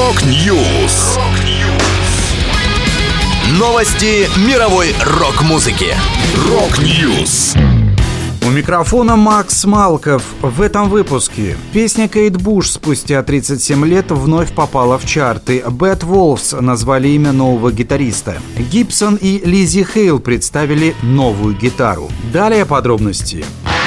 Рок-Ньюс. Новости мировой рок-музыки. Рок-Ньюс. У микрофона Макс Малков. В этом выпуске песня Кейт Буш спустя 37 лет вновь попала в чарты. Bad Wolves назвали имя нового гитариста. Гибсон и Лиззи Хейл представили новую гитару. Далее подробности.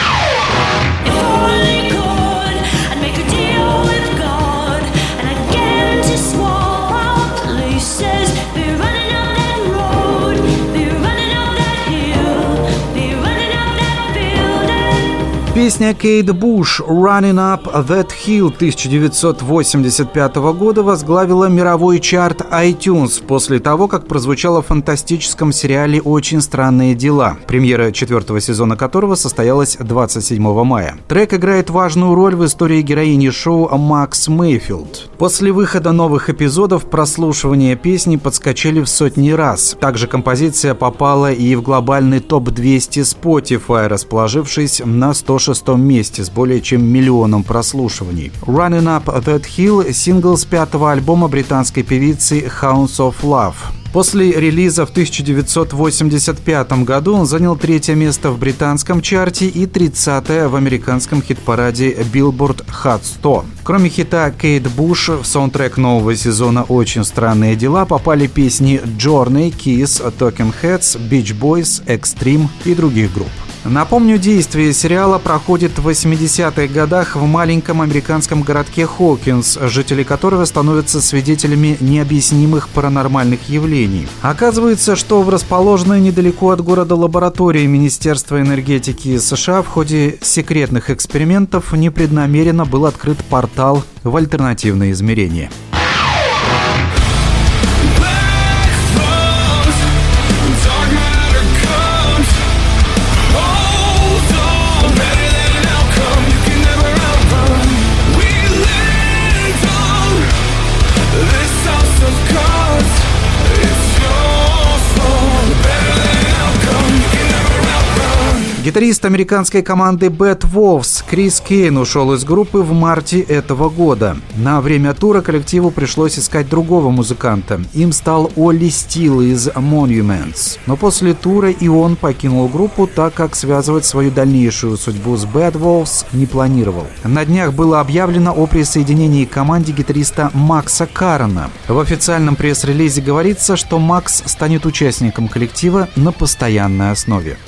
Песня Кейт Буш «Running Up That Hill» 1985 года возглавила мировой чарт iTunes после того, как прозвучала в фантастическом сериале «Очень странные дела», премьера 4-го сезона которого состоялась 27 мая. Трек играет важную роль в истории героини шоу Макс Мейфилд. После выхода новых эпизодов прослушивания песни подскочили в сотни раз. Также композиция попала и в глобальный топ-200 Spotify, расположившись на 106 месте с более чем миллионом прослушиваний. «Running Up That Hill» — сингл с 5-го альбома британской певицы Hounds of Love. После релиза в 1985 году он занял 3-е место в британском чарте и 30-е в американском хит-параде Billboard Hot 100. Кроме хита Кейт Буш, в саундтрек нового сезона «Очень странные дела» попали песни Journey, Kiss, Talking Heads, Beach Boys, Extreme и других групп. Напомню, действие сериала проходит в 80-х годах в маленьком американском городке Хокинс, жители которого становятся свидетелями необъяснимых паранормальных явлений. Оказывается, что в расположенной недалеко от города лаборатории Министерства энергетики США в ходе секретных экспериментов непреднамеренно был открыт портал в альтернативные измерения. Гитарист американской команды Bad Wolves Крис Кейн ушел из группы в марте этого года. На время тура коллективу пришлось искать другого музыканта. Им стал Олли Стил из Monuments. Но после тура и он покинул группу, так как связывать свою дальнейшую судьбу с Bad Wolves не планировал. На днях было объявлено о присоединении к команде гитариста Макса Карена. В официальном пресс-релизе говорится, что Макс станет участником коллектива на постоянной основе.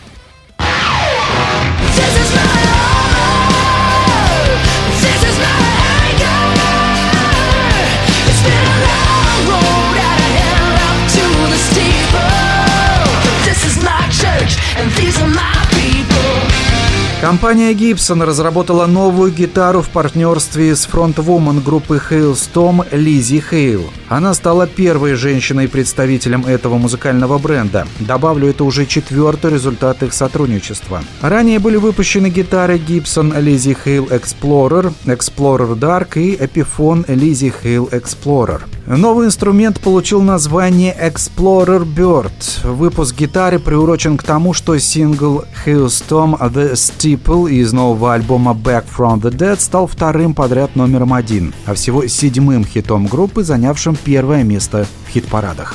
Компания Gibson разработала новую гитару в партнерстве с фронтвумен группы Hailstorm Лиззи Хейл. Она стала первой женщиной-представителем этого музыкального бренда. Добавлю, это уже 4-й результат их сотрудничества. Ранее были выпущены гитары Gibson Lizzy Hale Explorer, Explorer Dark и Epiphone Lizzy Hale Explorer. Новый инструмент получил название Explorer Bird. Выпуск гитары приурочен к тому, что сингл Hailstorm The Steeple из нового альбома Back From The Dead стал вторым подряд номером 1, а всего 7-м хитом группы, занявшим 1-е место в хит-парадах.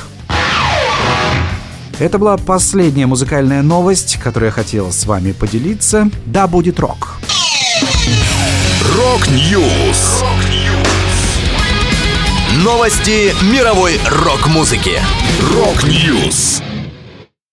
Это была последняя музыкальная новость, которую я хотел с вами поделиться. Да будет рок! Рок-Ньюс. Новости мировой рок-музыки. Рок-Ньюс.